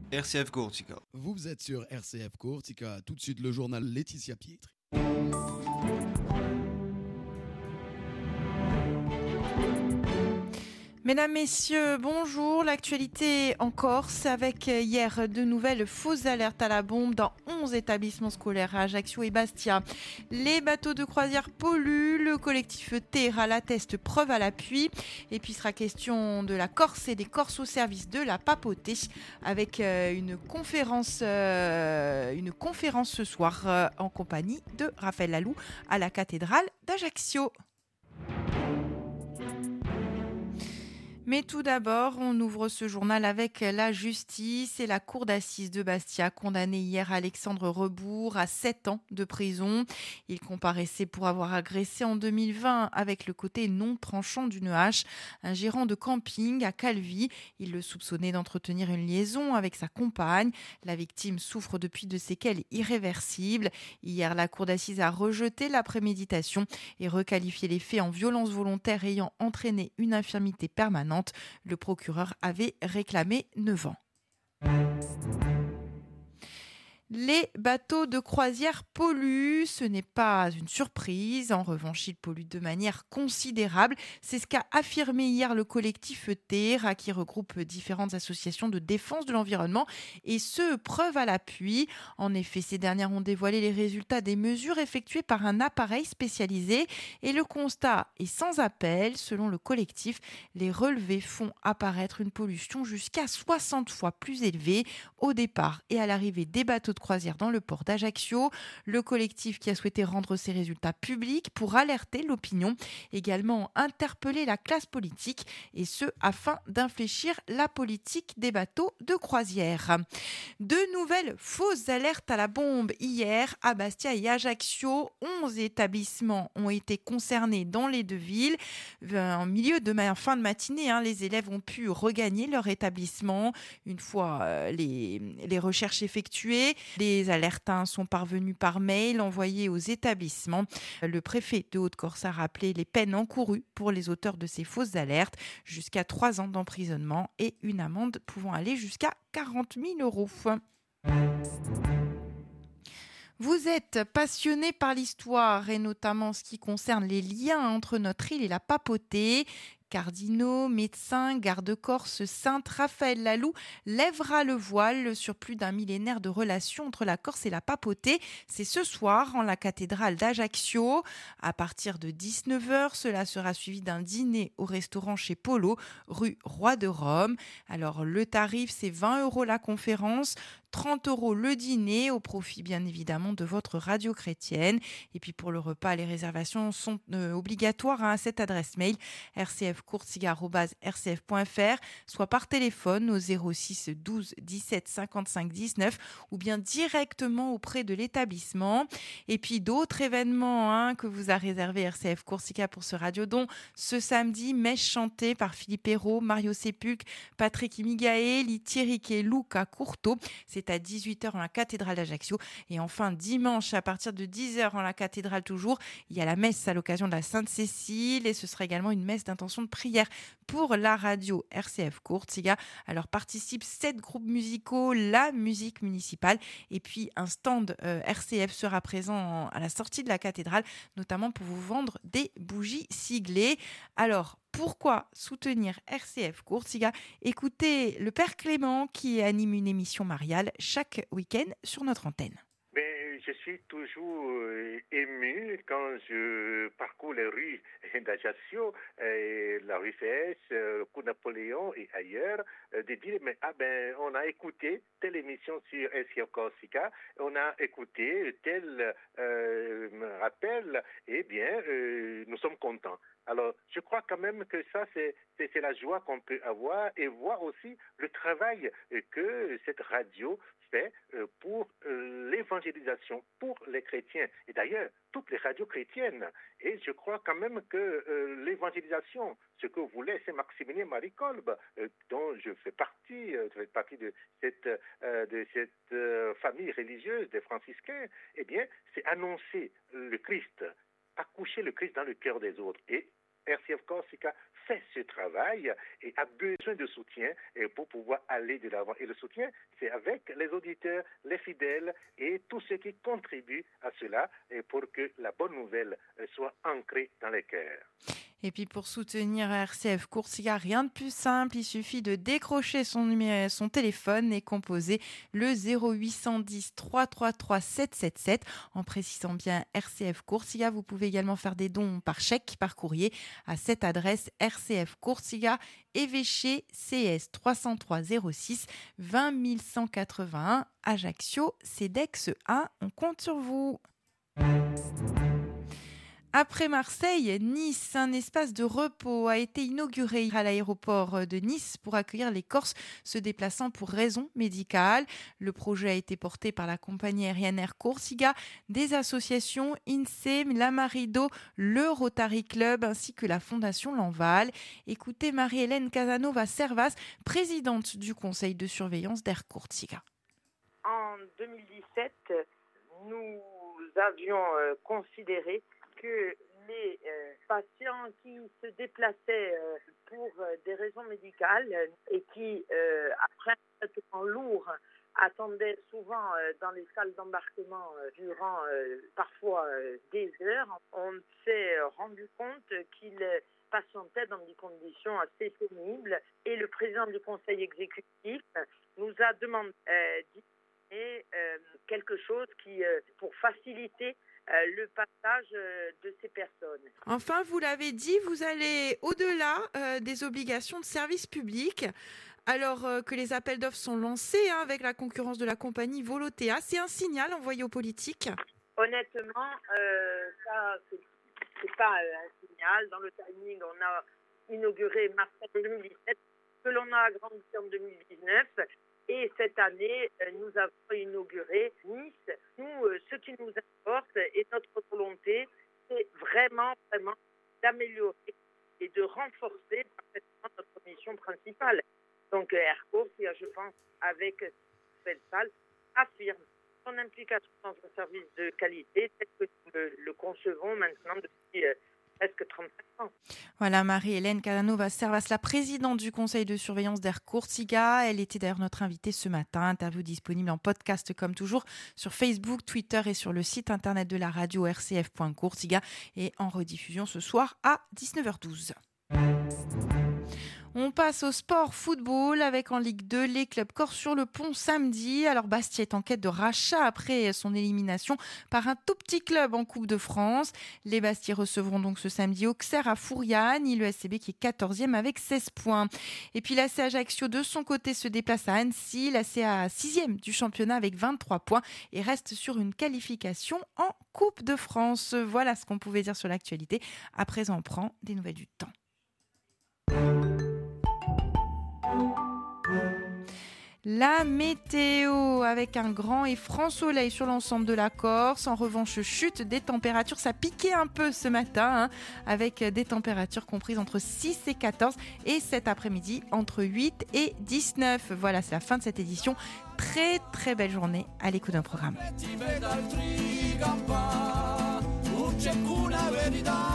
RCF Corsica. Vous êtes sur RCF Corsica, tout de suite le journal Laetitia Pietri. Mesdames, Messieurs, bonjour. L'actualité en Corse avec hier de nouvelles fausses alertes à la bombe dans 11 établissements scolaires à Ajaccio et Bastia. Les bateaux de croisière polluent, le collectif Terra l'atteste, preuve à l'appui. Et puis il sera question de la Corse et des Corses au service de la papauté avec une conférence ce soir en compagnie de Raphaël Lalou à la cathédrale d'Ajaccio. Mais tout d'abord, on ouvre ce journal avec la justice et la cour d'assises de Bastia, condamné hier Alexandre Rebourg à 7 ans de prison. Il comparaissait pour avoir agressé en 2020 avec le côté non tranchant d'une hache un gérant de camping à Calvi. Il le soupçonnait d'entretenir une liaison avec sa compagne. La victime souffre depuis de séquelles irréversibles. Hier, la cour d'assises a rejeté la préméditation et requalifié les faits en violence volontaire ayant entraîné une infirmité permanente. Le procureur avait réclamé 9 ans. Les bateaux de croisière polluent, ce n'est pas une surprise. En revanche, ils polluent de manière considérable. C'est ce qu'a affirmé hier le collectif Terra, qui regroupe différentes associations de défense de l'environnement, et ce, preuve à l'appui. En effet, ces dernières ont dévoilé les résultats des mesures effectuées par un appareil spécialisé, et le constat est sans appel. Selon le collectif, les relevés font apparaître une pollution jusqu'à 60 fois plus élevée au départ et à l'arrivée des bateaux de croisière dans le port d'Ajaccio. Le collectif qui a souhaité rendre ses résultats publics pour alerter l'opinion, également interpeller la classe politique, et ce afin d'infléchir la politique des bateaux de croisière. De nouvelles fausses alertes à la bombe hier à Bastia et Ajaccio. 11 établissements ont été concernés dans les deux villes. En milieu de fin de matinée, les élèves ont pu regagner leur établissement une fois les recherches effectuées. Les alertes sont parvenues par mail envoyés aux établissements. Le préfet de Haute-Corse a rappelé les peines encourues pour les auteurs de ces fausses alertes, jusqu'à 3 ans d'emprisonnement et une amende pouvant aller jusqu'à 40 000 euros. Vous êtes passionné par l'histoire et notamment ce qui concerne les liens entre notre île et la papauté. Cardinaux, médecins, garde-corse, sainte, Raphaël Lalou lèvera le voile sur plus d'un millénaire de relations entre la Corse et la papauté. C'est ce soir en la cathédrale d'Ajaccio. À partir de 19h, cela sera suivi d'un dîner au restaurant chez Polo, rue Roi de Rome. Alors le tarif, c'est 20 € la conférence, 30 € le dîner, au profit bien évidemment de votre radio chrétienne. Et puis pour le repas, les réservations sont obligatoires à cette adresse mail rcfcoursiga@rcf.fr, soit par téléphone au 06 12 17 55 19 ou bien directement auprès de l'établissement. Et puis d'autres événements que vous a réservé RCF Coursiga pour ce radiodon. Ce samedi, messe chantée par Philippe Hérault, Mario Sepulcre, Patrick Migaël, Thierry et Luca Courteau. C'est à 18h en la cathédrale d'Ajaccio. Et enfin, dimanche, à partir de 10h en la cathédrale toujours, il y a la messe à l'occasion de la Sainte-Cécile et ce sera également une messe d'intention de prière pour la radio RCF Coursiga. Alors participent 7 groupes musicaux, la musique municipale et puis un stand RCF sera présent à la sortie de la cathédrale, notamment pour vous vendre des bougies siglées. Alors, pourquoi soutenir RCF Coursiga? Écoutez le Père Clément qui anime une émission mariale chaque week-end sur notre antenne. Je suis toujours ému quand je parcours les rues d'Ajaccio, la rue Fès, le coup Napoléon et ailleurs, de dire on a écouté telle émission sur RCF Corsica, on a écouté tel rappel, nous sommes contents. Alors, je crois quand même que ça, c'est la joie qu'on peut avoir et voir aussi le travail que cette radio fait pour l'évangélisation, pour les chrétiens. Et d'ailleurs, toutes les radios chrétiennes. Et je crois quand même que l'évangélisation, ce que voulait Saint-Maximilien Marie Kolbe, dont je fais partie de cette famille religieuse des franciscains, c'est annoncer le Christ, accoucher le Christ dans le cœur des autres. Et RCF Corsica fait ce travail et a besoin de soutien pour pouvoir aller de l'avant. Et le soutien, c'est avec les auditeurs, les fidèles et tous ceux qui contribuent à cela pour que la bonne nouvelle soit ancrée dans les cœurs. Et puis pour soutenir RCF Coursiga, rien de plus simple, il suffit de décrocher son téléphone et composer le 0810 333 777 en précisant bien RCF Coursiga. Vous pouvez également faire des dons par chèque, par courrier à cette adresse RCF Coursiga, Évêché CS 303 06 20 181 Ajaccio, CEDEX 1. On compte sur vous. Après Marseille, Nice, un espace de repos a été inauguré à l'aéroport de Nice pour accueillir les Corses se déplaçant pour raisons médicales. Le projet a été porté par la compagnie aérienne Air Corsica, des associations INSEE, la Marido, le Rotary Club ainsi que la Fondation Lanval. Écoutez Marie-Hélène Casanova-Servas, présidente du conseil de surveillance d'Air Corsica. En 2017, nous avions considéré que les patients qui se déplaçaient pour des raisons médicales et qui, après un traitement lourd, attendaient souvent dans les salles d'embarquement durant parfois des heures, on s'est rendu compte qu'ils patientaient dans des conditions assez pénibles et le président du conseil exécutif nous a demandé quelque chose qui, pour faciliter le passage de ces personnes. Enfin, vous l'avez dit, vous allez au-delà des obligations de service public. Alors que les appels d'offres sont lancés avec la concurrence de la compagnie Volotea, c'est un signal envoyé aux politiques? Honnêtement, ça, c'est pas un signal. Dans le timing, on a inauguré Marseille en 2017, que l'on a agrandi en 2019. Et cette année, nous avons inauguré Nice. Nous, ce qui nous importe et notre volonté, c'est vraiment d'améliorer et de renforcer parfaitement notre mission principale. Donc, Air Corsica, je pense, avec cette nouvelle salle, affirme son implication dans un service de qualité tel que nous le concevons maintenant depuis presque 35 ans. Voilà, Marie-Hélène Casanova-Servas, la présidente du conseil de surveillance d'Air Corsica. Elle était d'ailleurs notre invitée ce matin. Interview disponible en podcast comme toujours sur Facebook, Twitter et sur le site internet de la radio rcf.coursiga et en rediffusion ce soir à 19h12. On passe au sport football avec en Ligue 2 les clubs Corse-sur-le-Pont samedi. Alors Bastia est en quête de rachat après son élimination par un tout petit club en Coupe de France. Les Bastiais recevront donc ce samedi Auxerre à Fouriane, le SCB qui est 14e avec 16 points. Et puis l'AC Ajaccio de son côté se déplace à Annecy, l'AC à 6e du championnat avec 23 points et reste sur une qualification en Coupe de France. Voilà ce qu'on pouvait dire sur l'actualité. À présent, on prend des nouvelles du temps. La météo avec un grand et franc soleil sur l'ensemble de la Corse. En revanche, chute des températures. Ça piquait un peu ce matin avec des températures comprises entre 6 et 14 et cet après-midi entre 8 et 19. Voilà, c'est la fin de cette édition. Très très belle journée à l'écoute d'un programme.